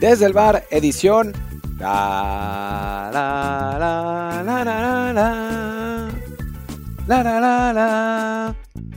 Desde el bar, edición. La, la, la, la, la, la, la, la, la, la.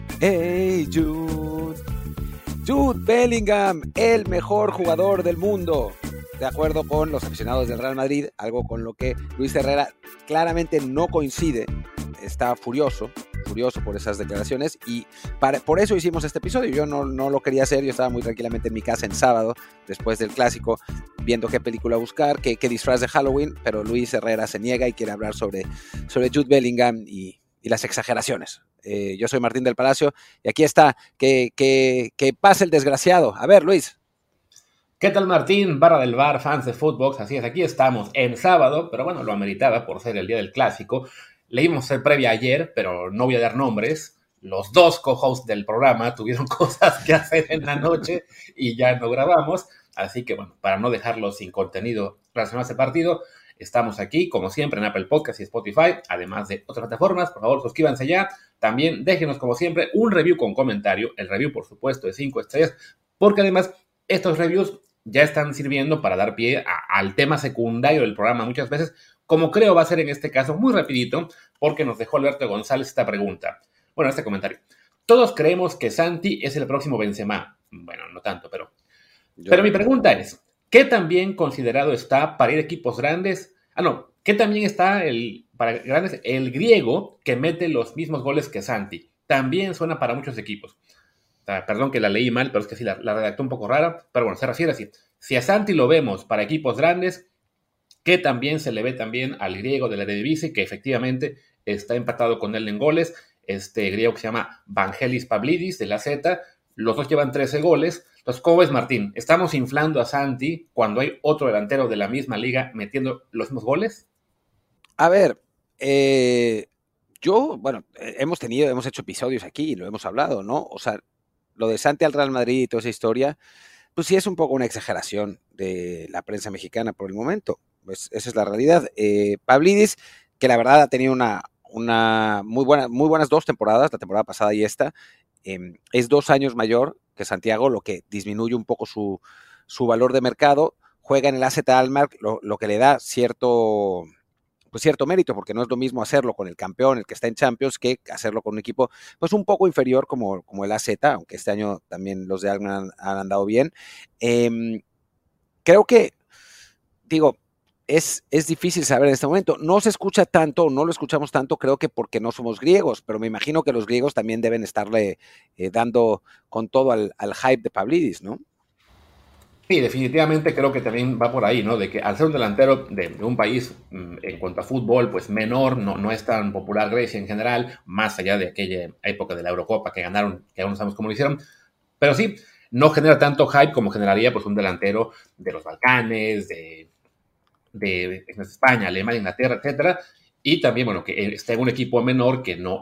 Hey Jude. Jude Bellingham, el mejor jugador del mundo. De acuerdo con los aficionados del Real Madrid, algo con lo que Luis Herrera claramente no coincide. Está furioso por esas declaraciones y por eso hicimos este episodio. Yo no lo quería hacer, yo estaba muy tranquilamente en mi casa en sábado, después del clásico, viendo qué película buscar, qué disfraz de Halloween, pero Luis Herrera se niega y quiere hablar sobre Jude Bellingham y las exageraciones. Yo soy Martín del Palacio y aquí está, que pase el desgraciado. A ver, Luis. ¿Qué tal, Martín? Barra del bar, fans de Footbox. Así es, aquí estamos en sábado, pero bueno, lo ameritaba por ser el día del clásico. Le íbamos a hacer previa ayer, pero no voy a dar nombres. Los dos co-hosts del programa tuvieron cosas que hacer en la noche y ya no grabamos. Así que bueno, para no dejarlos sin contenido relacionado a ese partido, estamos aquí, como siempre, en Apple Podcasts y Spotify, además de otras plataformas. Por favor, suscríbanse ya. También déjenos, como siempre, un review con comentario. El review, por supuesto, de 5 estrellas, porque además estos reviews ya están sirviendo para dar pie al tema secundario del programa muchas veces, como creo va a ser en este caso, muy rapidito, porque nos dejó Alberto González esta pregunta. Bueno, este comentario. Todos creemos que Santi es el próximo Benzema. Bueno, no tanto, pero mi pregunta es, ¿qué tan bien considerado está para ir a equipos grandes? ¿Qué tan bien está para grandes el griego que mete los mismos goles que Santi? También suena para muchos equipos. Perdón que la leí mal, pero es que sí, la redactó un poco rara. Pero bueno, se refiere así. Si a Santi lo vemos para equipos grandes, que también se le ve también al griego de la Eredivisie, que efectivamente está empatado con él en goles. Este griego que se llama Vangelis Pavlidis, de la Z. Los dos llevan 13 goles. Entonces, ¿cómo ves, Martín? ¿Estamos inflando a Santi cuando hay otro delantero de la misma liga metiendo los mismos goles? A ver, hemos hecho episodios aquí y lo hemos hablado, ¿no? O sea, lo de Santi al Real Madrid y toda esa historia, pues sí es un poco una exageración de la prensa mexicana por el momento. Pues esa es la realidad. Pavlidis, que la verdad ha tenido una muy buenas 2 temporadas, la temporada pasada y esta, es 2 años mayor que Santiago, lo que disminuye un poco su valor de mercado. Juega en el AZ Alkmaar, lo que le da cierto mérito, porque no es lo mismo hacerlo con el campeón, el que está en Champions, que hacerlo con un equipo pues un poco inferior como el AZ, aunque este año también los de Alkmaar han andado bien. Creo que, es difícil saber en este momento. No se escucha tanto, no lo escuchamos tanto, creo que porque no somos griegos, pero me imagino que los griegos también deben estarle dando con todo al hype de Pavlidis, ¿no? Sí, definitivamente creo que también va por ahí, ¿no? De que al ser un delantero de un país en cuanto a fútbol, pues menor, no es tan popular Grecia en general, más allá de aquella época de la Eurocopa que ganaron, que aún no sabemos cómo lo hicieron, pero sí, no genera tanto hype como generaría pues un delantero de los Balcanes, de España, Alemania, Inglaterra, etcétera, y también, bueno, que esté en un equipo menor que no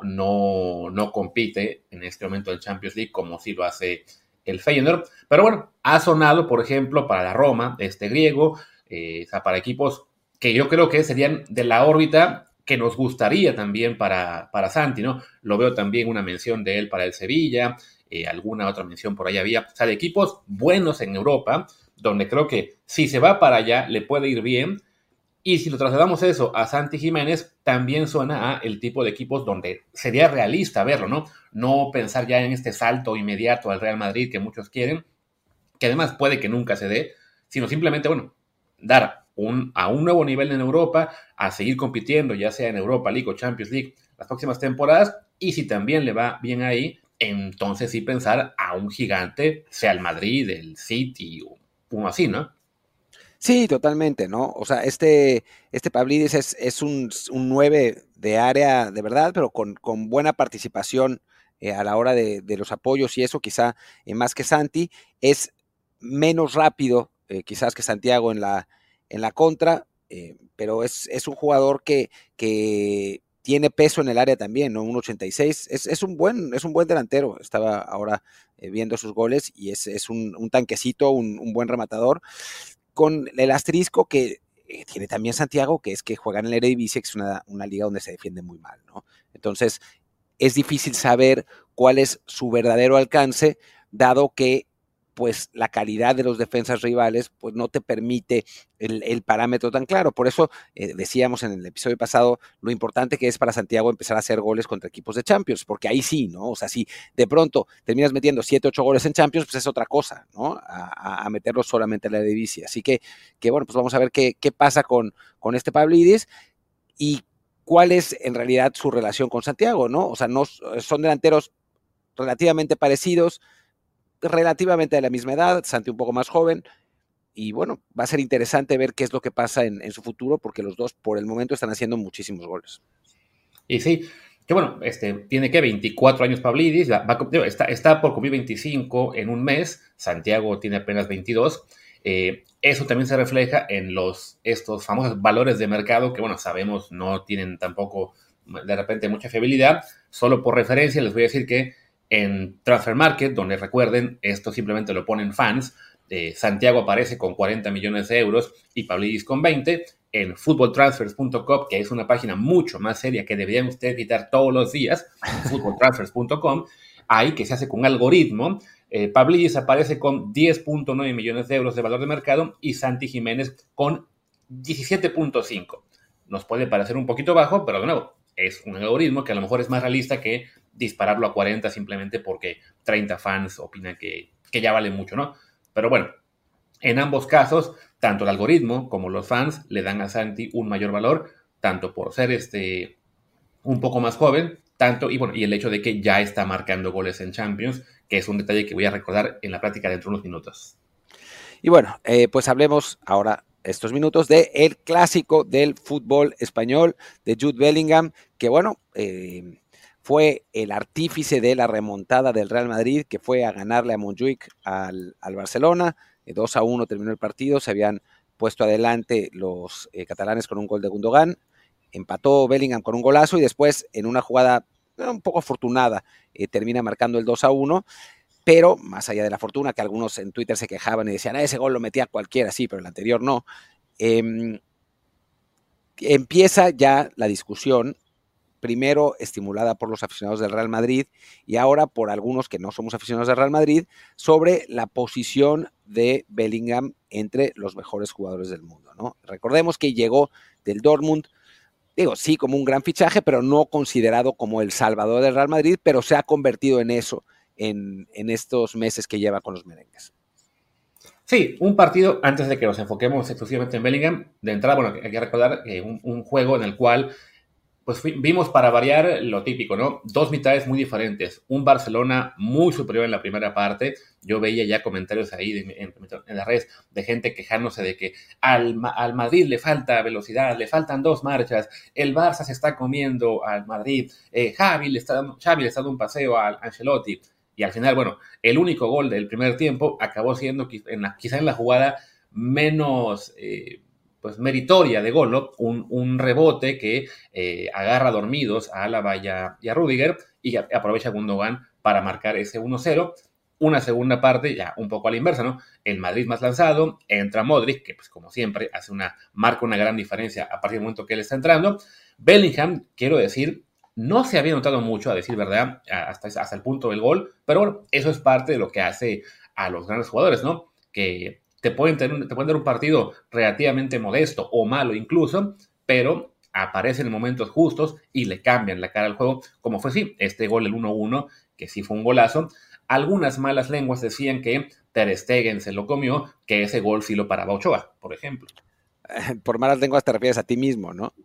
compite en este momento en Champions League como sí lo hace el Feyenoord, pero bueno, ha sonado, por ejemplo, para la Roma, este griego, o sea, para equipos que yo creo que serían de la órbita que nos gustaría también para Santi, ¿no? Lo veo también una mención de él para el Sevilla, alguna otra mención por ahí había, o sea, de equipos buenos en Europa, donde creo que si se va para allá le puede ir bien. Y si lo trasladamos eso a Santi Jiménez, también suena a el tipo de equipos donde sería realista verlo, ¿no? No pensar ya en este salto inmediato al Real Madrid que muchos quieren, que además puede que nunca se dé, sino simplemente, bueno, dar a un nuevo nivel en Europa, a seguir compitiendo, ya sea en Europa League o Champions League las próximas temporadas, y si también le va bien ahí, entonces sí pensar a un gigante, sea el Madrid, el City o uno así, ¿no? Sí, totalmente, ¿no? O sea, este Pavlidis es un 9 de área de verdad, pero con buena participación a la hora de los apoyos y eso, quizá más que Santi, es menos rápido quizás que Santiago en la contra, pero es un jugador que tiene peso en el área también, ¿no? Un 86, es un buen delantero, estaba ahora viendo sus goles y es un tanquecito, un buen rematador, con el asterisco que tiene también Santiago, que es que juega en el Eredivisie, que es una liga donde se defiende muy mal, ¿no? Entonces, es difícil saber cuál es su verdadero alcance, dado que pues la calidad de los defensas rivales pues no te permite el parámetro tan claro. Por eso decíamos en el episodio pasado lo importante que es para Santiago empezar a hacer goles contra equipos de Champions, porque ahí sí, ¿no? O sea, si de pronto terminas metiendo 7, 8 goles en Champions, pues es otra cosa, ¿no? A meterlos solamente en la Eredivisie. Así que bueno, pues vamos a ver qué pasa con este Pavlidis y cuál es en realidad su relación con Santiago, ¿no? O sea, no, son delanteros relativamente parecidos, relativamente de la misma edad, Santi un poco más joven, y bueno, va a ser interesante ver qué es lo que pasa en su futuro, porque los dos por el momento están haciendo muchísimos goles. Y sí, que bueno, tiene que 24 años Pavlidis, está por cumplir 25 en un mes, Santiago tiene apenas 22, eso también se refleja en estos famosos valores de mercado que, bueno, sabemos no tienen tampoco de repente mucha fiabilidad. Solo por referencia les voy a decir que en Transfer Market, donde recuerden, esto simplemente lo ponen fans, Santiago aparece con 40 millones de euros y Pavlidis con 20. En footballtransfers.com, que es una página mucho más seria que deberían ustedes visitar todos los días, footballtransfers.com, ahí que se hace con un algoritmo, Pavlidis aparece con 10.9 millones de euros de valor de mercado y Santi Jiménez con 17.5. Nos puede parecer un poquito bajo, pero de nuevo, es un algoritmo que a lo mejor es más realista que dispararlo a 40 simplemente porque 30 fans opinan que ya vale mucho, ¿no? Pero bueno, en ambos casos, tanto el algoritmo como los fans le dan a Santi un mayor valor, tanto por ser un poco más joven, y el hecho de que ya está marcando goles en Champions, que es un detalle que voy a recordar en la práctica dentro de unos minutos. Y bueno, pues hablemos ahora estos minutos de el clásico del fútbol español de Jude Bellingham, que bueno, fue el artífice de la remontada del Real Madrid, que fue a ganarle a Montjuic al Barcelona. 2-1 terminó el partido, se habían puesto adelante los catalanes con un gol de Gundogan, empató Bellingham con un golazo y después en una jugada un poco afortunada termina marcando el 2-1, pero más allá de la fortuna, que algunos en Twitter se quejaban y decían, ese gol lo metía cualquiera, sí, pero el anterior no, empieza ya la discusión, primero estimulada por los aficionados del Real Madrid y ahora por algunos que no somos aficionados del Real Madrid, sobre la posición de Bellingham entre los mejores jugadores del mundo, ¿no? Recordemos que llegó del Dortmund, digo, sí, como un gran fichaje, pero no considerado como el salvador del Real Madrid, pero se ha convertido en eso en estos meses que lleva con los merengues. Sí, un partido, antes de que nos enfoquemos exclusivamente en Bellingham, de entrada, bueno, hay que recordar un juego en el cual pues vimos para variar lo típico, ¿no? Dos mitades muy diferentes. Un Barcelona muy superior en la primera parte. Yo veía ya comentarios ahí en las redes de gente quejándose de que al Madrid le falta velocidad, le faltan 2 marchas, el Barça se está comiendo al Madrid, Xavi le está dando un paseo al Ancelotti. Y al final, bueno, el único gol del primer tiempo acabó siendo quizá en la jugada menos pues meritoria de gol, ¿no? Un rebote que agarra dormidos a Álava y a Rüdiger y aprovecha Gundogan para marcar ese 1-0. Una segunda parte ya un poco a la inversa, ¿no? El Madrid más lanzado, entra Modric, que pues como siempre marca una gran diferencia a partir del momento que él está entrando. Bellingham, quiero decir, no se había notado mucho, a decir verdad, hasta el punto del gol, pero bueno, eso es parte de lo que hace a los grandes jugadores, ¿no? Que te pueden dar un partido relativamente modesto o malo incluso, pero aparecen en momentos justos y le cambian la cara al juego, como fue sí, este gol, el 1-1, que sí fue un golazo. Algunas malas lenguas decían que Ter Stegen se lo comió, que ese gol sí lo paraba Ochoa, por ejemplo. Por malas lenguas te refieres a ti mismo, ¿no?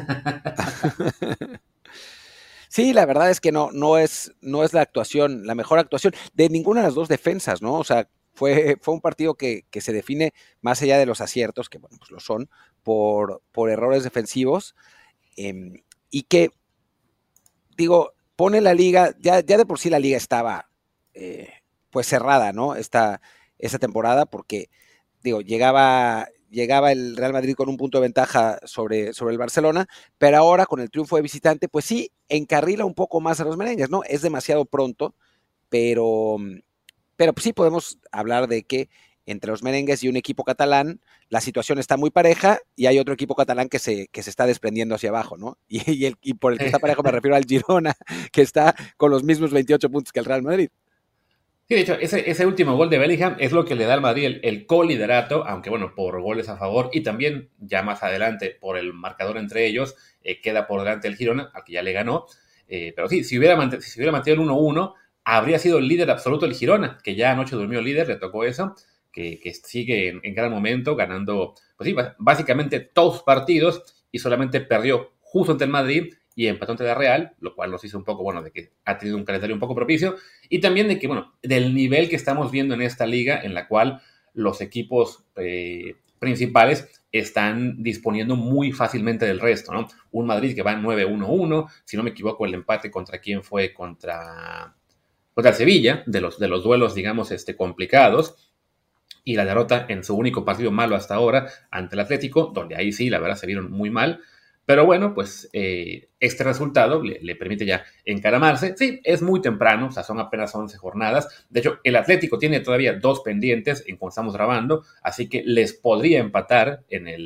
Sí, la verdad es que no es la actuación, la mejor actuación de ninguna de las dos defensas, ¿no? O sea, fue un partido que se define más allá de los aciertos, que bueno, pues lo son, por errores defensivos, y que, digo, pone la liga, ya de por sí la liga estaba pues cerrada, ¿no? Esta temporada, porque, digo, llegaba el Real Madrid con un punto de ventaja sobre el Barcelona, pero ahora con el triunfo de visitante, pues sí, encarrila un poco más a los merengues, ¿no? Es demasiado pronto, pero pues sí podemos hablar de que entre los merengues y un equipo catalán, la situación está muy pareja y hay otro equipo catalán que se está desprendiendo hacia abajo, ¿no? Y por el que está parejo me refiero al Girona, que está con los mismos 28 puntos que el Real Madrid. Sí, de hecho, ese último gol de Bellingham es lo que le da al Madrid el coliderato, aunque bueno, por goles a favor y también ya más adelante por el marcador entre ellos, queda por delante el Girona, al que ya le ganó. Pero sí, si hubiera mantenido el 1-1, habría sido el líder absoluto el Girona, que ya anoche durmió líder, le tocó eso, que sigue en gran momento, ganando, pues sí, básicamente todos los partidos y solamente perdió justo ante el Madrid y empató ante la Real, lo cual nos hizo un poco, bueno, de que ha tenido un calendario un poco propicio, y también de que, bueno, del nivel que estamos viendo en esta liga, en la cual los equipos principales están disponiendo muy fácilmente del resto, ¿no? Un Madrid que va 9-1-1, si no me equivoco, el empate contra quién fue, contra el Sevilla, de los duelos, digamos, complicados, y la derrota en su único partido malo hasta ahora ante el Atlético, donde ahí sí, la verdad, se vieron muy mal. Pero bueno, pues este resultado le permite ya encaramarse. Sí, es muy temprano, o sea, son apenas 11 jornadas. De hecho, el Atlético tiene todavía 2 pendientes en cuando estamos grabando, así que les podría empatar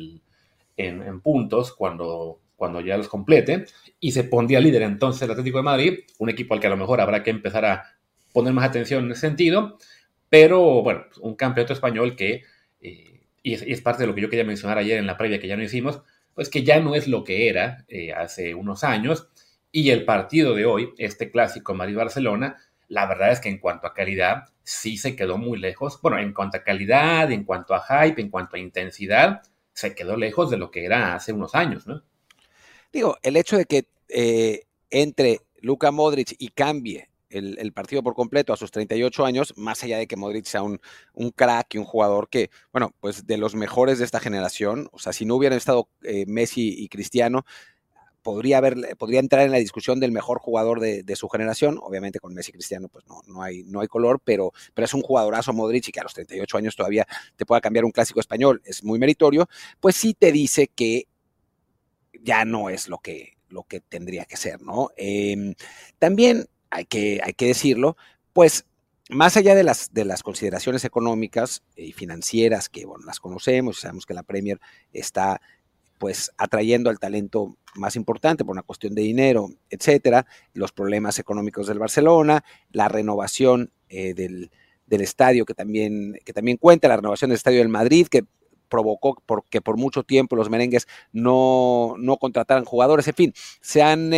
en puntos cuando ya los complete, y se pondría líder entonces el Atlético de Madrid, un equipo al que a lo mejor habrá que empezar a poner más atención en ese sentido. Pero bueno, un campeonato español que, y es parte de lo que yo quería mencionar ayer en la previa que ya no hicimos, pues que ya no es lo que era hace unos años, y el partido de hoy, este clásico Madrid-Barcelona, la verdad es que en cuanto a calidad sí se quedó muy lejos. Bueno, en cuanto a calidad, en cuanto a hype, en cuanto a intensidad, se quedó lejos de lo que era hace unos años, ¿no? Digo, el hecho de que entre Luka Modric y cambie el partido por completo a sus 38 años, más allá de que Modric sea un crack y un jugador que, bueno, pues de los mejores de esta generación, o sea, si no hubieran estado Messi y Cristiano, podría entrar en la discusión del mejor jugador de su generación. Obviamente con Messi y Cristiano pues no hay color, pero es un jugadorazo Modric, y que a los 38 años todavía te pueda cambiar un clásico español es muy meritorio. Pues sí te dice que ya no es lo que tendría que ser, ¿no? También hay que decirlo, pues más allá de las consideraciones económicas y financieras, que bueno, las conocemos, sabemos que la Premier está pues atrayendo al talento más importante por una cuestión de dinero, etcétera, los problemas económicos del Barcelona, la renovación del estadio que también cuenta, la renovación del estadio del Madrid, que provocó porque por mucho tiempo los merengues no contrataran jugadores. En fin, se han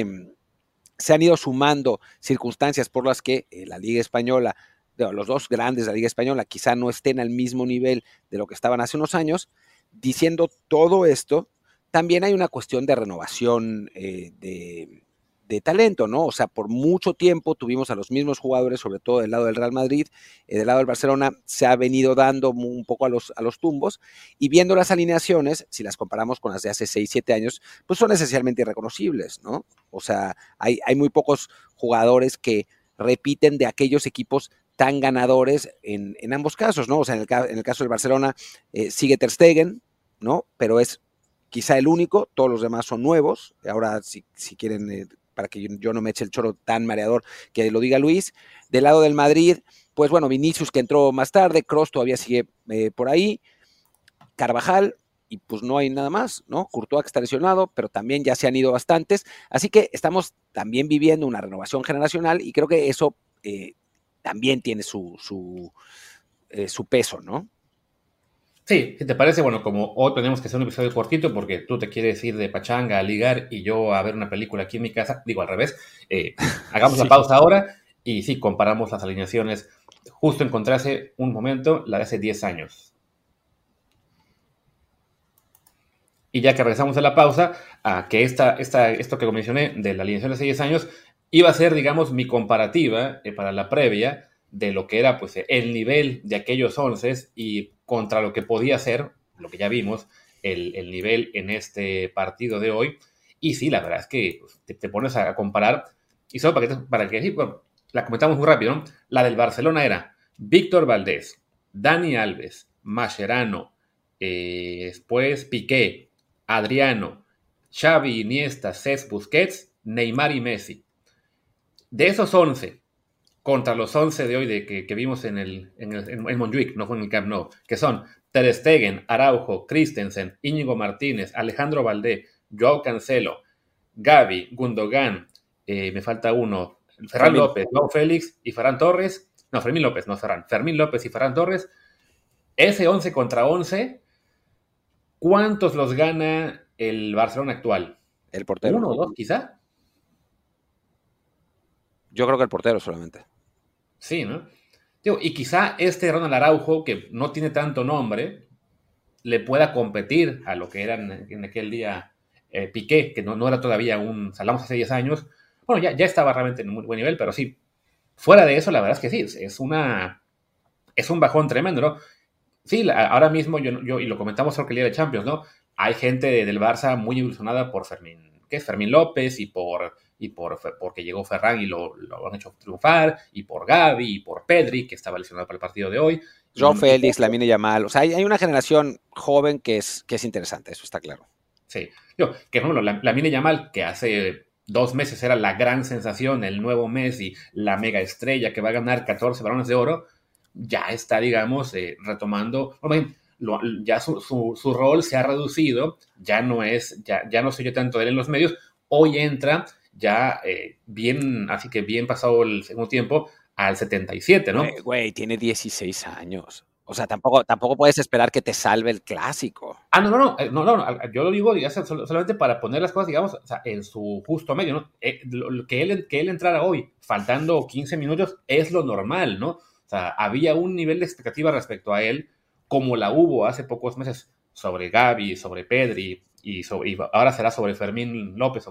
ido sumando circunstancias por las que la Liga Española, los dos grandes de la Liga Española, quizá no estén al mismo nivel de lo que estaban hace unos años. Diciendo todo esto, también hay una cuestión de renovación de talento, ¿no? O sea, por mucho tiempo tuvimos a los mismos jugadores, sobre todo del lado del Real Madrid, del lado del Barcelona se ha venido dando un poco a los tumbos, y viendo las alineaciones, si las comparamos con las de hace 6, 7 años, pues son esencialmente irreconocibles, ¿no? O sea, hay muy pocos jugadores que repiten de aquellos equipos tan ganadores en ambos casos, ¿no? O sea, en el caso del Barcelona sigue Ter Stegen, ¿no? Pero es quizá el único, todos los demás son nuevos. Ahora, si quieren, para que yo no me eche el choro tan mareador, que lo diga Luis. Del lado del Madrid, pues bueno, Vinicius, que entró más tarde, Kroos todavía sigue por ahí, Carvajal, y pues no hay nada más, ¿no? Courtois, que está lesionado, pero también ya se han ido bastantes. Así que estamos también viviendo una renovación generacional, y creo que eso también tiene su peso, ¿no? Sí, si te parece, bueno, como hoy tenemos que hacer un episodio cortito porque tú te quieres ir de pachanga a ligar y yo a ver una película aquí en mi casa, digo al revés, hagamos Sí. la pausa ahora y sí, comparamos las alineaciones. Justo encontré hace un momento la de hace 10 años. Y ya que regresamos de la pausa, a que esto que mencioné de la alineación de hace 10 años iba a ser, digamos, mi comparativa para la previa de lo que era pues el nivel de aquellos 11 y contra lo que podía ser, lo que ya vimos, el nivel en este partido de hoy. Y sí, la verdad es que pues, te pones a comparar, y solo para que bueno, la comentamos muy rápido, ¿no? La del Barcelona era Víctor Valdés, Dani Alves, Mascherano, después Piqué, Adriano, Xavi, Iniesta, Cesc, Busquets, Neymar y Messi. De esos 11, contra los 11 de hoy que vimos en Montjuic, no fue en el Camp Nou, que son Ter Stegen, Araujo, Christensen, Íñigo Martínez, Alejandro Valdé, Joao Cancelo, Gavi, Gundogan, me falta uno, Ferran López, Joao Félix y Ferran Torres. No, Fermín López, no Ferran. Fermín López y Ferran Torres. Ese 11 contra 11, ¿cuántos los gana el Barcelona actual? El portero. ¿Uno o dos, quizá? Yo creo que el portero solamente. Sí, ¿no? Digo, y quizá este Ronald Araujo, que no tiene tanto nombre, le pueda competir a lo que era en aquel día Piqué, que no era todavía hablamos hace 10 años. Bueno, ya estaba realmente en un muy buen nivel, pero sí, fuera de eso, la verdad es que sí, es un bajón tremendo, ¿no? Sí, ahora mismo y lo comentamos creo que el día de Champions, ¿no? Hay gente del Barça muy ilusionada por Fermín, ¿qué es? Fermín López porque llegó Ferran y lo han hecho triunfar, y por Gavi, y por Pedri, que estaba lesionado para el partido de hoy. Joao Félix, Lamine Yamal, o sea, hay una generación joven que es interesante, eso está claro. Sí, que por ejemplo, Lamine Yamal, que hace 2 meses era la gran sensación, el nuevo Messi, la mega estrella que va a ganar 14 balones de oro, ya está, digamos, retomando, bueno, ya su rol se ha reducido, ya no se oye tanto de él en los medios, hoy entra ya así que bien pasado el segundo tiempo, al 77, ¿no? Güey, tiene 16 años. O sea, tampoco puedes esperar que te salve el clásico. No, yo lo digo solamente para poner las cosas, digamos, o sea, en su justo medio, ¿no? Que él entrara hoy, faltando 15 minutos, es lo normal, ¿no? O sea, había un nivel de expectativa respecto a él, como la hubo hace pocos meses sobre Gavi, sobre Pedri, y ahora será sobre Fermín López,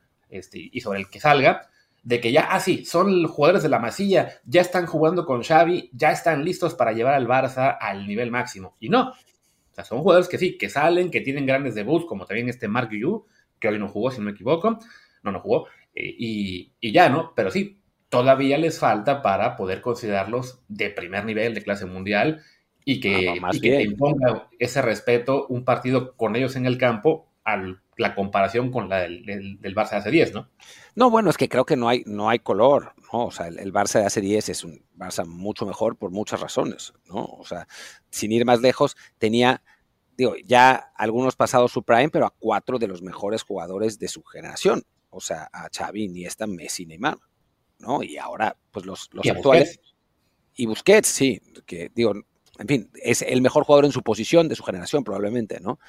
y sobre el que salga, de que ya, sí, son jugadores de la Masía, ya están jugando con Xavi, ya están listos para llevar al Barça al nivel máximo. Y no, o sea, son jugadores que sí, que salen, que tienen grandes debuts, como también Marc Guiu, que hoy no jugó, si no me equivoco. No jugó. Y ya, ¿no? Pero sí, todavía les falta para poder considerarlos de primer nivel, de clase mundial, y que te imponga ese respeto un partido con ellos en el campo a la comparación con la del Barça de hace 10, ¿no? No, bueno, es que creo que no hay color, ¿no? O sea, el Barça de hace 10 es un Barça mucho mejor por muchas razones, ¿no? O sea, sin ir más lejos, tenía, ya algunos pasados su prime, pero a 4 de los mejores jugadores de su generación. O sea, a Xavi, Iniesta, Messi, Neymar, ¿no? Y ahora, pues los actuales. Busquets. Y Busquets, sí, que en fin, es el mejor jugador en su posición de su generación, probablemente, ¿no?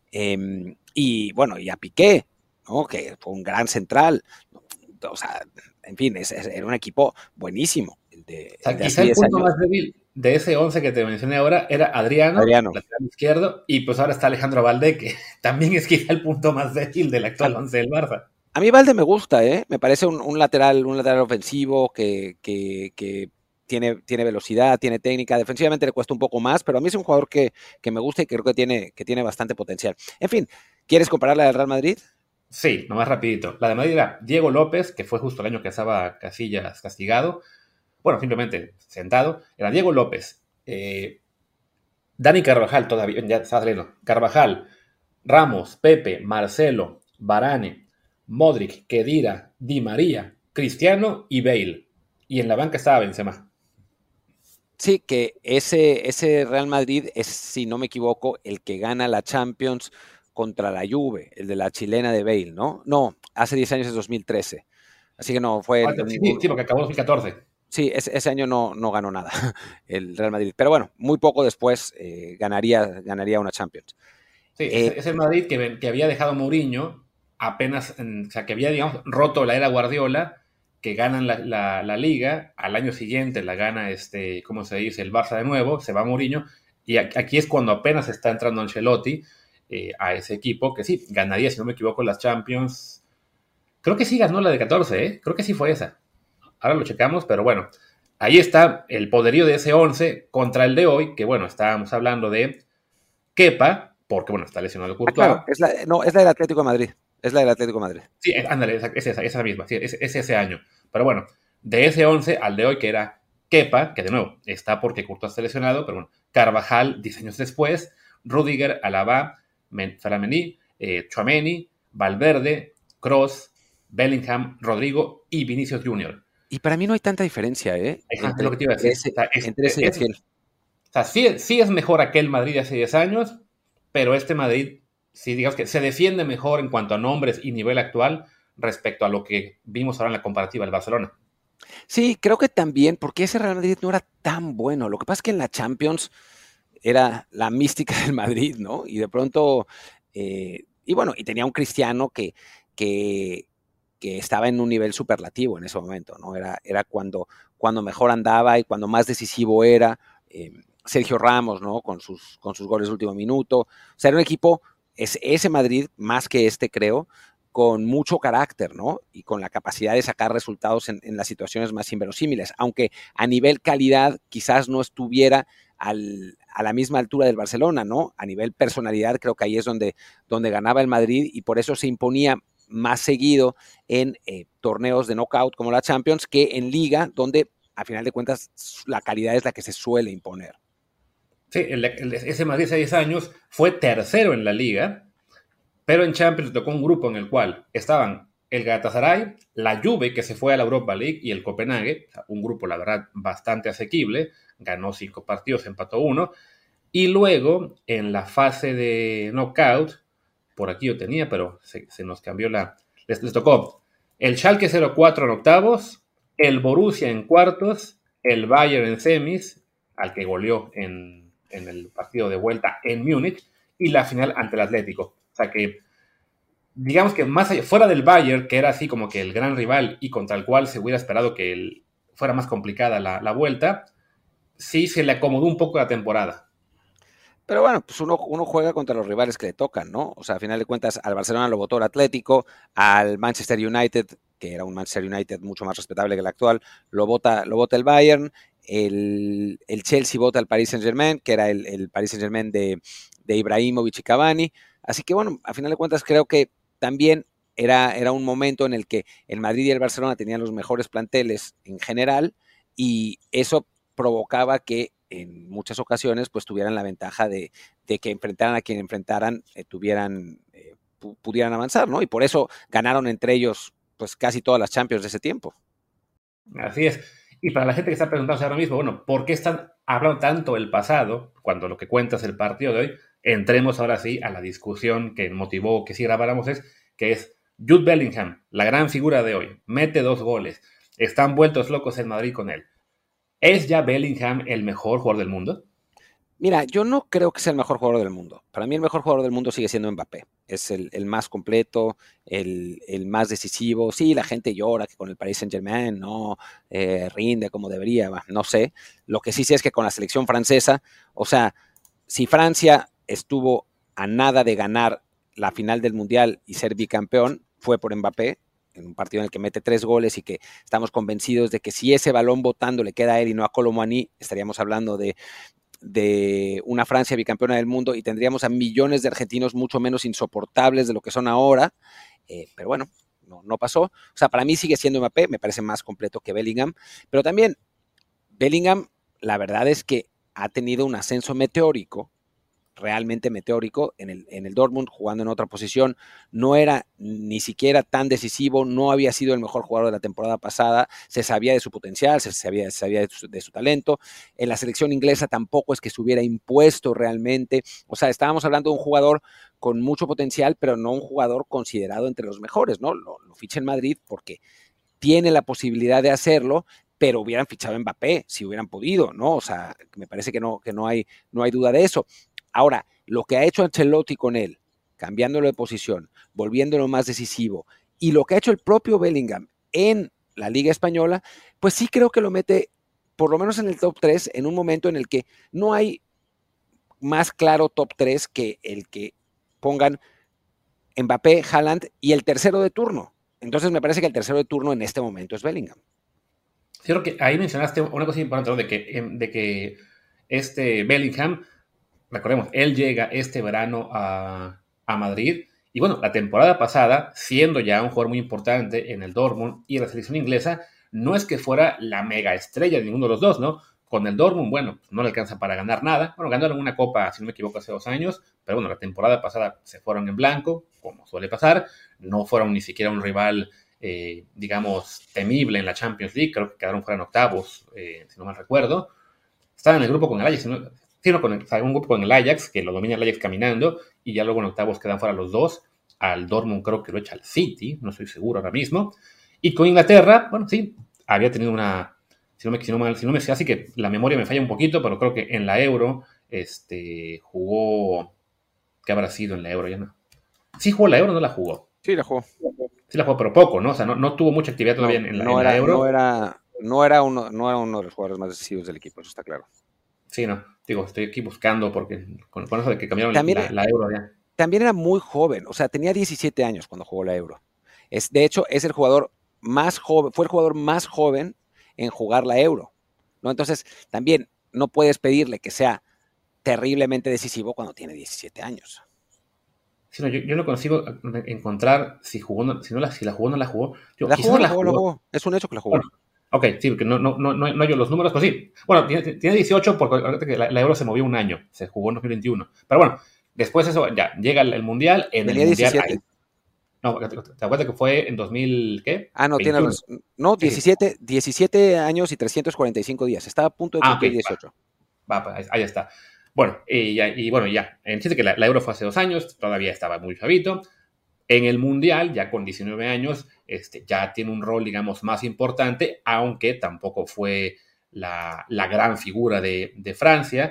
Y bueno, y a Piqué, ¿no? Que fue un gran central. O sea, en fin, era un equipo buenísimo. Quizá el punto más débil de ese 11 que te mencioné ahora era Adriano. Lateral izquierdo, y pues ahora está Alejandro Valde, que también es quizá el punto más débil del actual 11 del Barça. A mí Valde me gusta, me parece un lateral ofensivo que tiene velocidad, tiene técnica, defensivamente le cuesta un poco más, pero a mí es un jugador que me gusta y que creo que tiene bastante potencial. En fin, ¿quieres compararla al Real Madrid? Sí, nomás rapidito. La de Madrid era Diego López, que fue justo el año que estaba Casillas castigado. Bueno, simplemente sentado. Era Diego López. Dani Carvajal todavía, ya está saliendo. Carvajal, Ramos, Pepe, Marcelo, Varane, Modric, Khedira, Di María, Cristiano y Bale. Y en la banca estaba Benzema. Sí, que ese Real Madrid es, si no me equivoco, el que gana la Champions contra la Juve, el de la chilena de Bale, ¿no? No, hace 10 años es 2013. Así que no, fue... Sí, porque acabó en 2014. Sí, ese año no ganó nada el Real Madrid. Pero bueno, muy poco después ganaría una Champions. Sí, es el Madrid que había dejado Mourinho apenas, o sea, que había, digamos, roto la era Guardiola, que ganan la Liga, al año siguiente la gana, ¿cómo se dice? El Barça de nuevo, se va Mourinho, y aquí es cuando apenas está entrando Ancelotti a ese equipo, que sí, ganaría, si no me equivoco, las Champions. Creo que sí ganó la de 14, creo que sí fue esa. Ahora lo checamos, pero bueno, ahí está el poderío de ese 11 contra el de hoy, que bueno, estábamos hablando de Kepa, porque bueno, está lesionado Courtois. Claro, es la del Atlético de Madrid. Es la del Atlético de Madrid. Sí, ándale, es esa misma, sí, es ese año. Pero bueno, de ese 11 al de hoy, que era Kepa, que de nuevo está porque Courtois está lesionado, pero bueno, Carvajal, 10 años después, Rudiger, Alaba, Tchouaméni, Tchouaméni, Valverde, Kroos, Bellingham, Rodrigo y Vinicius Jr. Y para mí no hay tanta diferencia, Entre lo que te iba a decir. Entre ese y aquel. O sea, sí es mejor aquel Madrid de hace 10 años, pero este Madrid, sí, digamos que se defiende mejor en cuanto a nombres y nivel actual respecto a lo que vimos ahora en la comparativa del Barcelona. Sí, creo que también, porque ese Real Madrid no era tan bueno. Lo que pasa es que en la Champions era la mística del Madrid, ¿no? Y de pronto, y bueno, y tenía un Cristiano que, que estaba en un nivel superlativo en ese momento, ¿no? Era cuando mejor andaba y cuando más decisivo era. Sergio Ramos, ¿no? Con sus goles de último minuto. O sea, era un equipo, ese Madrid, más que este, creo, con mucho carácter, ¿no? Y con la capacidad de sacar resultados en las situaciones más inverosímiles, aunque a nivel calidad quizás no estuviera a la misma altura del Barcelona, ¿no? A nivel personalidad creo que ahí es donde ganaba el Madrid y por eso se imponía más seguido en torneos de knockout como la Champions que en Liga, donde a final de cuentas la calidad es la que se suele imponer. Sí, ese Madrid hace 10 años fue tercero en la Liga, pero en Champions tocó un grupo en el cual estaban el Galatasaray, la Juve, que se fue a la Europa League, y el Copenhague, o sea, un grupo, la verdad, bastante asequible, ganó 5 partidos, empató 1, y luego, en la fase de knockout, por aquí yo tenía, pero se nos cambió les tocó el Schalke 04 en octavos, el Borussia en cuartos, el Bayern en semis, al que goleó en el partido de vuelta en Múnich, y la final ante el Atlético. O sea que, digamos que más allá, fuera del Bayern, que era así como que el gran rival y contra el cual se hubiera esperado que fuera más complicada la vuelta, sí se le acomodó un poco la temporada. Pero bueno, pues uno juega contra los rivales que le tocan, ¿no? O sea, a final de cuentas, al Barcelona lo votó el Atlético, al Manchester United, que era un Manchester United mucho más respetable que el actual, lo vota el Bayern, el Chelsea vota al Paris Saint-Germain, que era el Paris Saint-Germain de Ibrahimovic y Cavani. Así que bueno, a final de cuentas creo que también era un momento en el que el Madrid y el Barcelona tenían los mejores planteles en general y eso provocaba que en muchas ocasiones pues tuvieran la ventaja de que enfrentaran a quien enfrentaran, pudieran avanzar, ¿no? Y por eso ganaron entre ellos pues casi todas las Champions de ese tiempo. Así es. Y para la gente que está preguntándose ahora mismo, bueno, ¿por qué están hablando tanto del pasado cuando lo que cuenta es el partido de hoy? Entremos ahora sí a la discusión que motivó que sí grabáramos que es Jude Bellingham, la gran figura de hoy, mete 2 goles, están vueltos locos en Madrid con él. ¿Es ya Bellingham el mejor jugador del mundo? Mira, yo no creo que sea el mejor jugador del mundo. Para mí el mejor jugador del mundo sigue siendo Mbappé. Es el más completo, el más decisivo. Sí, la gente llora que con el Paris Saint-Germain no rinde como debería, no sé. Lo que sí sé es que con la selección francesa, o sea, si Francia estuvo a nada de ganar la final del Mundial y ser bicampeón, fue por Mbappé, en un partido en el que mete 3 goles y que estamos convencidos de que si ese balón botando le queda a él y no a Kolo Muani, estaríamos hablando de una Francia bicampeona del mundo y tendríamos a millones de argentinos mucho menos insoportables de lo que son ahora, pero bueno, no pasó. O sea, para mí sigue siendo Mbappé, me parece más completo que Bellingham, pero también Bellingham, la verdad es que ha tenido un ascenso meteórico, realmente meteórico en el Dortmund, jugando en otra posición, no era ni siquiera tan decisivo, no había sido el mejor jugador de la temporada pasada, se sabía de su potencial, se sabía de su talento, en la selección inglesa tampoco es que se hubiera impuesto realmente, o sea, estábamos hablando de un jugador con mucho potencial, pero no un jugador considerado entre los mejores, ¿no? Lo ficha en Madrid porque tiene la posibilidad de hacerlo, pero hubieran fichado a Mbappé si hubieran podido, ¿no? O sea, me parece que no hay duda de eso. Ahora, lo que ha hecho Ancelotti con él, cambiándolo de posición, volviéndolo más decisivo, y lo que ha hecho el propio Bellingham en la Liga Española, pues sí creo que lo mete por lo menos en el top 3 en un momento en el que no hay más claro top 3 que el que pongan Mbappé, Haaland y el tercero de turno. Entonces me parece que el tercero de turno en este momento es Bellingham. Creo que ahí mencionaste una cosa importante, ¿no? De que este Bellingham, recordemos, él llega este verano a Madrid y bueno, la temporada pasada, siendo ya un jugador muy importante en el Dortmund y en la selección inglesa, no es que fuera la mega estrella de ninguno de los dos, ¿no? Con el Dortmund, bueno, no le alcanza para ganar nada. Bueno, ganaron una copa, si no me equivoco, hace 2 años, pero bueno, la temporada pasada se fueron en blanco, como suele pasar, no fueron ni siquiera un rival, digamos, temible en la Champions League, creo que quedaron fuera en octavos, si no mal recuerdo. Estaban en el grupo con el Ajax, sino con un grupo con el Ajax, que lo domina el Ajax caminando, y ya luego en octavos quedan fuera los dos. Al Dortmund creo que lo echa al City, no estoy seguro ahora mismo. Y con Inglaterra, bueno, sí, había tenido una, si no me así que la memoria me falla un poquito, pero creo que en la Euro, jugó, ¿qué habrá sido en la Euro? Ya no. Sí jugó la Euro, no la jugó. Sí, la jugó. Sí la jugó, pero poco, ¿no? O sea, no tuvo mucha actividad todavía No, en la Euro. no era uno de los jugadores más decisivos del equipo, eso está claro. Sí, no. Digo, estoy aquí buscando porque con eso de que cambiaron También, la Euro ya. también era muy joven, o sea, tenía 17 años cuando jugó la Euro. De hecho, es el jugador más joven, fue el jugador más joven en jugar la Euro, ¿no? Entonces, también no puedes pedirle que sea terriblemente decisivo cuando tiene 17 años. Sí, no, yo no consigo encontrar si jugó, si la jugó o no la jugó. Yo, La quizás jugó, no la la jugó, la jugó. jugó. Es un hecho que la jugó. Bueno, ok, sí, porque no hay los números, pues sí. Bueno, tiene 18 porque ahorita que la Euro se movió un año, se jugó en 2021. Pero bueno, después eso, ya, llega el Mundial, en el Tenía Mundial 17. no, ¿te acuerdas que fue en 2000, ¿qué? Ah, no, tienes 21. razón. No, Sí, sí. 17 años y 345 días. Estaba a punto de Ah, ok, cumplir 18. pues, ahí está. Bueno, y bueno, ya. Entiende que la Euro fue hace 2 años, todavía estaba muy chavito. En el Mundial, ya con 19 años, ya tiene un rol, digamos, más importante, aunque tampoco fue la gran figura de Francia.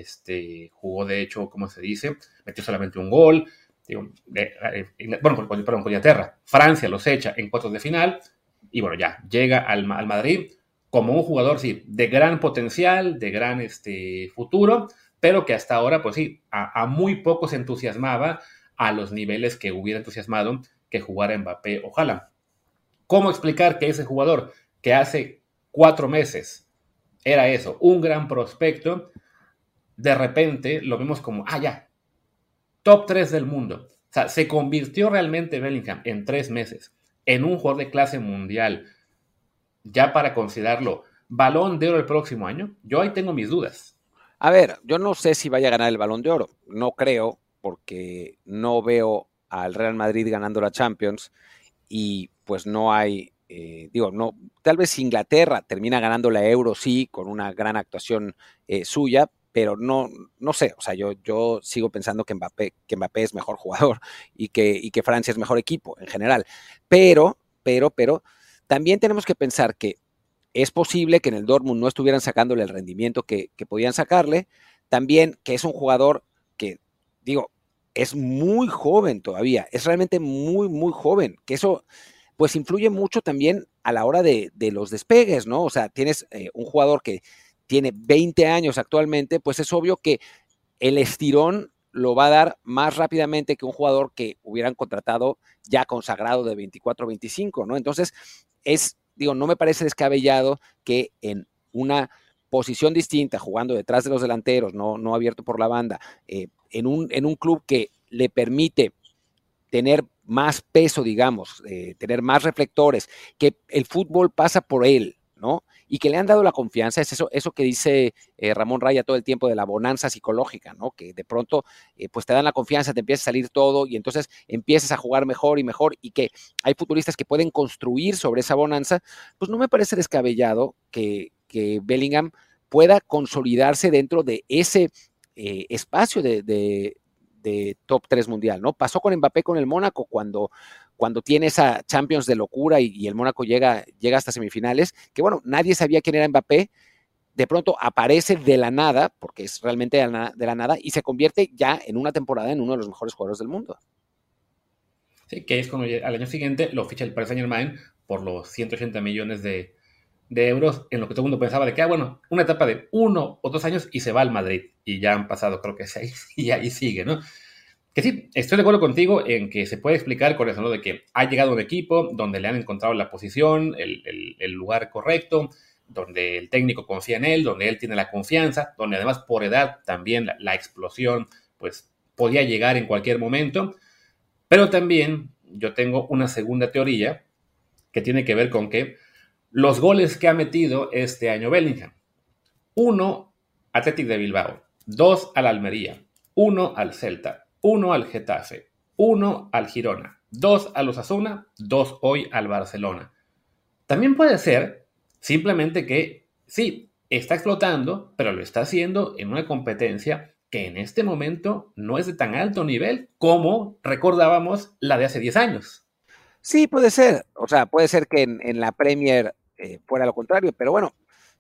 Jugó, de hecho, ¿cómo se dice? Metió solamente un gol. Digo, bueno, perdón, con Inglaterra. Francia los echa en cuartos de final y bueno, ya llega al Madrid como un jugador, sí, de gran potencial, de gran futuro, pero que hasta ahora, pues sí, a muy poco se entusiasmaba a los niveles que hubiera entusiasmado que jugara Mbappé o Haaland. ¿Cómo explicar que ese jugador que hace 4 meses era eso, un gran prospecto, de repente lo vemos como, ya, top 3 del mundo? O sea, se convirtió realmente Bellingham en 3 meses en un jugador de clase mundial, ya para considerarlo balón de oro el próximo año. Yo ahí tengo mis dudas. A ver, yo no sé si vaya a ganar el Balón de Oro. No creo, porque no veo al Real Madrid ganando la Champions y pues no hay, no, tal vez Inglaterra termina ganando la Euro, sí, con una gran actuación suya, pero no sé, o sea, yo sigo pensando que Mbappé es mejor jugador y que Francia es mejor equipo en general. Pero, también tenemos que pensar que es posible que en el Dortmund no estuvieran sacándole el rendimiento que podían sacarle. También que es un jugador que, digo, es muy joven todavía, es realmente muy, muy joven, que eso pues influye mucho también a la hora de los despegues, ¿no? O sea, tienes un jugador que tiene 20 años actualmente, pues es obvio que el estirón lo va a dar más rápidamente que un jugador que hubieran contratado ya consagrado de 24 o 25, ¿no? Entonces, no me parece descabellado que en una posición distinta, jugando detrás de los delanteros, no abierto por la banda, en un club que le permite tener más peso, digamos, tener más reflectores, que el fútbol pasa por él, ¿no? Y que le han dado la confianza, es eso que dice Ramón Raya todo el tiempo de la bonanza psicológica, ¿no? Que de pronto pues te dan la confianza, te empieza a salir todo y entonces empiezas a jugar mejor y mejor y que hay futbolistas que pueden construir sobre esa bonanza, pues no me parece descabellado que Bellingham pueda consolidarse dentro de ese espacio de top 3 mundial, ¿no? Pasó con Mbappé con el Mónaco cuando tiene esa Champions de locura y el Mónaco llega hasta semifinales, que bueno, nadie sabía quién era Mbappé, de pronto aparece de la nada, porque es realmente de la nada, y se convierte ya en una temporada en uno de los mejores jugadores del mundo. Sí, que es cuando al año siguiente lo ficha el Paris Saint-Germain por los 180 millones de euros, en lo que todo el mundo pensaba de que, bueno, una etapa de 1 o 2 años y se va al Madrid. Y ya han pasado, creo que 6, y ahí sigue, ¿no? Que sí, estoy de acuerdo contigo en que se puede explicar con eso, ¿no? De que ha llegado a un equipo donde le han encontrado la posición, el lugar correcto, donde el técnico confía en él, donde él tiene la confianza, donde además por edad también la explosión, pues podía llegar en cualquier momento. Pero también yo tengo una segunda teoría que tiene que ver con que los goles que ha metido este año Bellingham: 1, Athletic de Bilbao; 2, al Almería; 1, al Celta; 1, al Getafe; 1, al Girona; 2, al Osasuna; 2, hoy al Barcelona. También puede ser simplemente que sí, está explotando, pero lo está haciendo en una competencia que en este momento no es de tan alto nivel como recordábamos la de hace 10 años. Sí, puede ser. O sea, puede ser que en la Premier fuera lo contrario, pero bueno,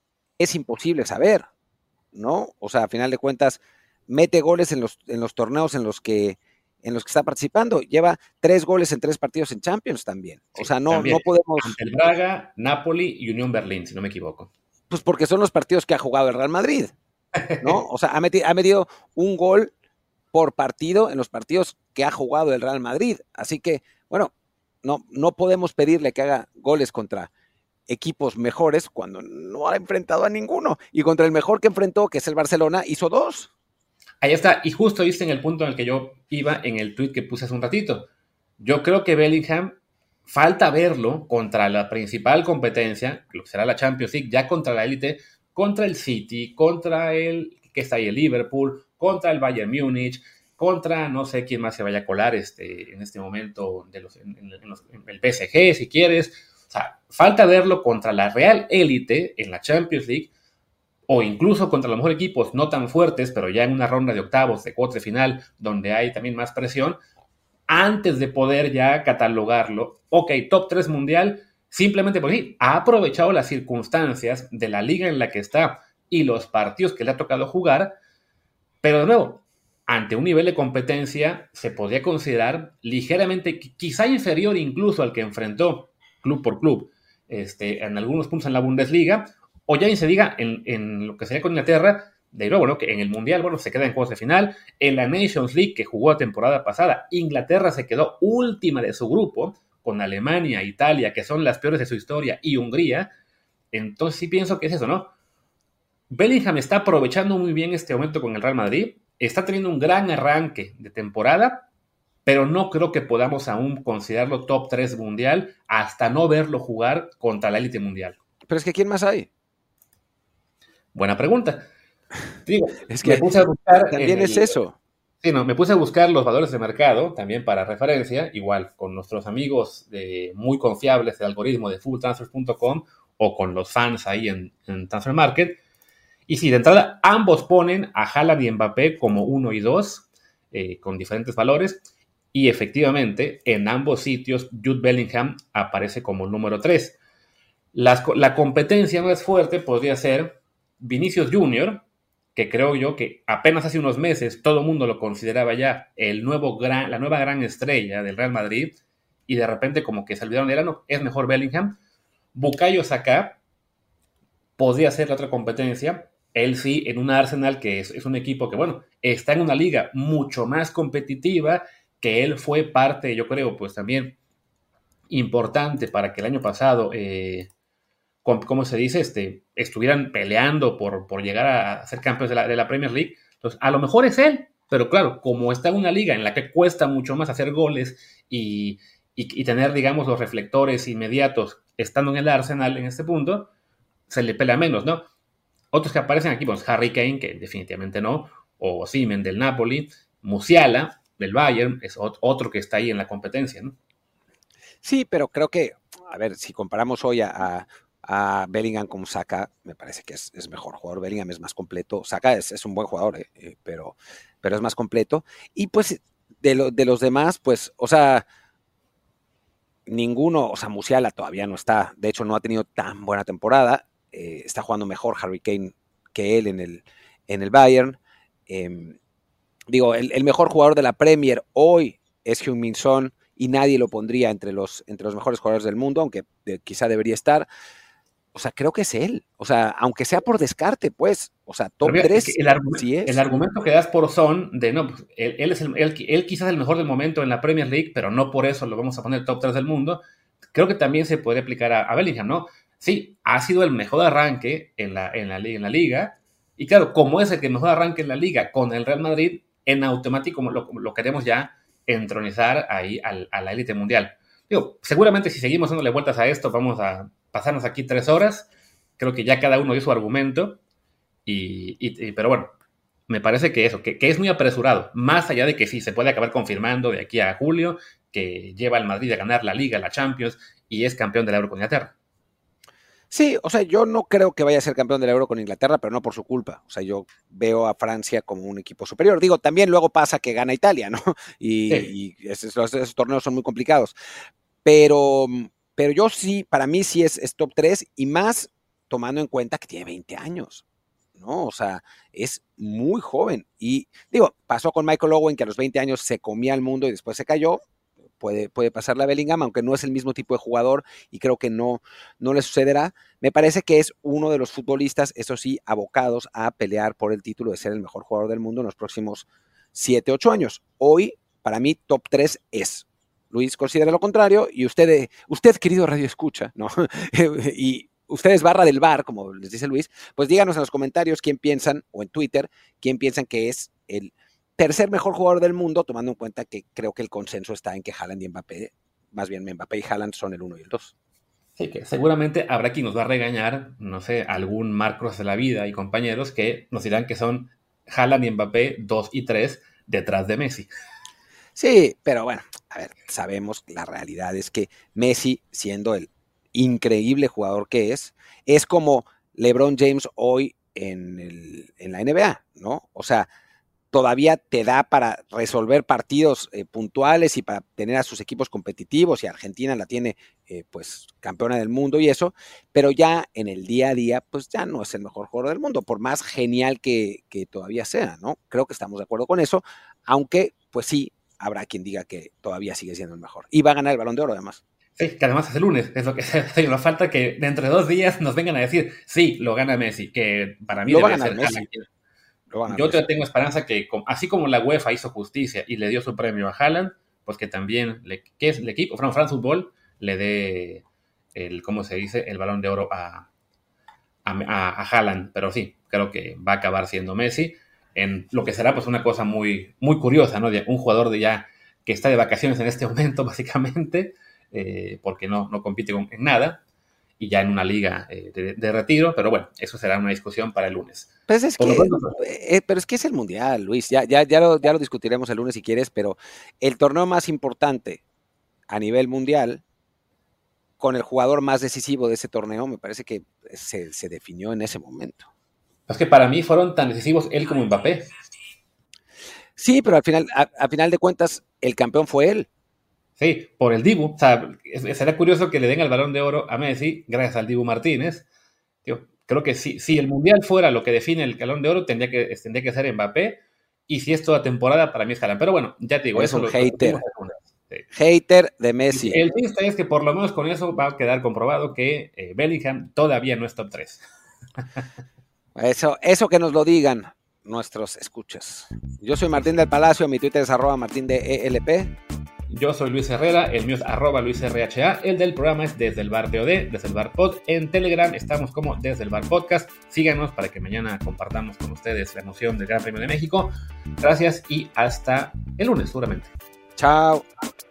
es imposible saber, ¿no? O sea, a final de cuentas, mete goles en los torneos en los que está participando. Lleva 3 goles en 3 partidos en Champions también. O Sí, sea, no también. podemos, Ante el Braga, Napoli y Unión Berlín, si no me equivoco. pues porque son los partidos que ha jugado el Real Madrid, ¿no? O sea, ha metido un gol por partido en los partidos que ha jugado el Real Madrid. Así que, bueno, no podemos pedirle que haga goles contra equipos mejores cuando no ha enfrentado a ninguno. Y contra el mejor que enfrentó, que es el Barcelona, hizo 2. Ahí está, y justo viste en el punto en el que yo iba en el tweet que puse hace un ratito. Yo creo que Bellingham falta verlo contra la principal competencia, lo que será la Champions League, ya contra la élite, contra el City, contra el que está ahí el Liverpool, contra el Bayern Múnich, contra no sé quién más se vaya a colar en este momento en el PSG, si quieres. O sea, falta verlo contra la real élite en la Champions League o incluso contra los mejores equipos no tan fuertes, pero ya en una ronda de octavos, de cuartos de final, donde hay también más presión, antes de poder ya catalogarlo, ok, top 3 mundial, simplemente porque sí, ha aprovechado las circunstancias de la liga en la que está y los partidos que le ha tocado jugar, pero de nuevo, ante un nivel de competencia se podría considerar ligeramente, quizá inferior incluso al que enfrentó club por club, en algunos puntos en la Bundesliga, o ya ni se diga en lo que sería con Inglaterra, de nuevo, ¿no? Que en el Mundial, bueno, se queda en juegos de final, en la Nations League que jugó la temporada pasada, Inglaterra se quedó última de su grupo, con Alemania, Italia, que son las peores de su historia, y Hungría. Entonces sí pienso que es eso, ¿no? Bellingham está aprovechando muy bien este momento con el Real Madrid, está teniendo un gran arranque de temporada, pero no creo que podamos aún considerarlo top 3 mundial hasta no verlo jugar contra la élite mundial. Pero es que ¿quién más hay? Buena pregunta. Digo, Es me que puse a buscar también es eso. Sí, no, me puse a buscar los valores de mercado, también para referencia, igual con nuestros amigos muy confiables del algoritmo de footballtransfers.com o con los fans ahí en Transfer Market. Y sí, de entrada, ambos ponen a Haaland y Mbappé como 1 y 2, con diferentes valores. Y efectivamente, en ambos sitios, Jude Bellingham aparece como número 3. La competencia más fuerte podría ser Vinicius Junior, que creo yo que apenas hace unos meses todo el mundo lo consideraba ya la nueva gran estrella del Real Madrid, y de repente como que se olvidaron de él, no, es mejor Bellingham. Bukayo Saka podría ser la otra competencia, él sí, en un Arsenal que es un equipo que, bueno, está en una liga mucho más competitiva, que él fue parte, yo creo, pues también importante para que el año pasado ¿cómo se dice? Estuvieran peleando por llegar a ser campeones de la Premier League. Entonces, a lo mejor es él, pero claro, como está en una liga en la que cuesta mucho más hacer goles y tener, digamos, los reflectores inmediatos estando en el Arsenal en este punto, se le pelea menos, ¿no? Otros que aparecen aquí, pues Harry Kane, que definitivamente no, o Osimhen del Napoli, Musiala del Bayern, es otro que está ahí en la competencia, ¿no? Sí, pero creo que, a ver, si comparamos hoy a Bellingham con Saka, me parece que es mejor jugador. Bellingham es más completo. Saka es un buen jugador, pero es más completo. Y pues de los demás, pues, o sea, ninguno, o sea, Musiala todavía no está, de hecho no ha tenido tan buena temporada. Está jugando mejor Harry Kane que él en el Bayern. Digo, el mejor jugador de la Premier hoy es Heung-min Son y nadie lo pondría entre los mejores jugadores del mundo, aunque quizá debería estar. O sea, creo que es él. O sea, aunque sea por descarte, pues. O sea, top Mira, 3 es que sí el es. argumento que das por Son de no, pues, él quizás es el mejor del momento en la Premier League, pero no por eso lo vamos a poner top 3 del mundo. Creo que también se puede aplicar a Bellingham, ¿no? Sí, ha sido el mejor arranque en la liga. Y claro, como es el que mejor arranque en la liga con el Real Madrid, en automático lo queremos ya entronizar ahí a la élite mundial. Digo, seguramente si seguimos dándole vueltas a esto, vamos a pasarnos aquí 3 horas. Creo que ya cada uno dio su argumento. Pero bueno, me parece que eso, que es muy apresurado, más allá de que sí se puede acabar confirmando de aquí a julio que lleva al Madrid a ganar la Liga, la Champions y es campeón del Euro con Inglaterra. Sí, o sea, yo no creo que vaya a ser campeón del Euro con Inglaterra, pero no por su culpa. O sea, yo veo a Francia como un equipo superior. Digo, también luego pasa que gana Italia, ¿no? Sí. Y esos torneos son muy complicados. Pero pero yo sí, para mí sí es top 3 y más tomando en cuenta que tiene 20 años, ¿no? O sea, es muy joven. Y digo, pasó con Michael Owen, que a los 20 años se comía al mundo y después se cayó. Puede pasarle a Bellingham, aunque no es el mismo tipo de jugador y creo que no le sucederá. Me parece que es uno de los futbolistas, eso sí, abocados a pelear por el título de ser el mejor jugador del mundo en los próximos 7, 8 años. Hoy, para mí, top 3 es. Luis considera lo contrario y usted querido Radio Escucha, ¿no? Y ustedes barra del bar, como les dice Luis, pues díganos en los comentarios quién piensan, o en Twitter, quién piensan que es el tercer mejor jugador del mundo, tomando en cuenta que creo que el consenso está en que Haaland y Mbappé, más bien Mbappé y Haaland son el 1 y el 2. Sí, que seguramente habrá quien nos va a regañar, no sé, algún Marcos de la vida y compañeros que nos dirán que son Haaland y Mbappé 2 y 3 detrás de Messi. Sí, pero bueno, a ver, sabemos, la realidad es que Messi, siendo el increíble jugador que es como LeBron James hoy en la NBA, ¿no? O sea, todavía te da para resolver partidos puntuales y para tener a sus equipos competitivos, y Argentina la tiene pues campeona del mundo y eso, pero ya en el día a día pues ya no es el mejor jugador del mundo, por más genial que todavía sea, ¿no? Creo que estamos de acuerdo con eso, aunque pues sí, habrá quien diga que todavía sigue siendo el mejor. Y va a ganar el Balón de Oro además. Sí, que además es el lunes, es lo que nos falta, que dentro de 2 días nos vengan a decir, sí, lo gana Messi, que para mí lo debe va a ganar ser Messi. Yo tengo esperanza que, así como la UEFA hizo justicia y le dio su premio a Haaland, pues que también que es el equipo, France Football, le dé ¿cómo se dice? El Balón de Oro a Haaland. Pero sí, creo que va a acabar siendo Messi, en lo que será pues una cosa muy, muy curiosa, ¿no? De un jugador que está de vacaciones en este momento, básicamente, porque no compite en nada, y ya en una liga de retiro, pero bueno, eso será una discusión para el lunes. Pues pero es que es el Mundial, Luis, ya lo discutiremos el lunes si quieres, pero el torneo más importante a nivel mundial, con el jugador más decisivo de ese torneo, me parece que se definió en ese momento. Es que para mí fueron tan decisivos él como Mbappé. Sí, pero al final de cuentas, el campeón fue él. Sí, por el Dibu. O sea, será curioso que le den el Balón de Oro a Messi gracias al Dibu Martínez. Creo que si el Mundial fuera lo que define el Balón de Oro, tendría que ser Mbappé. Y si es toda temporada, para mí es Haaland. Pero bueno, ya te digo, es eso un lo hater. Sí. Hater de Messi. El chiste es que por lo menos con eso va a quedar comprobado que Bellingham todavía no es top 3. Eso que nos lo digan nuestros escuchas. Yo soy Martín del Palacio, mi Twitter es @martindelp. Yo soy Luis Herrera, el mío es @LuisRHA, el del programa es Desde el Bar POD, Desde el Bar Pod. En Telegram estamos como Desde el Bar Podcast. Síganos para que mañana compartamos con ustedes la emoción del Gran Premio de México. Gracias y hasta el lunes, seguramente. Chao.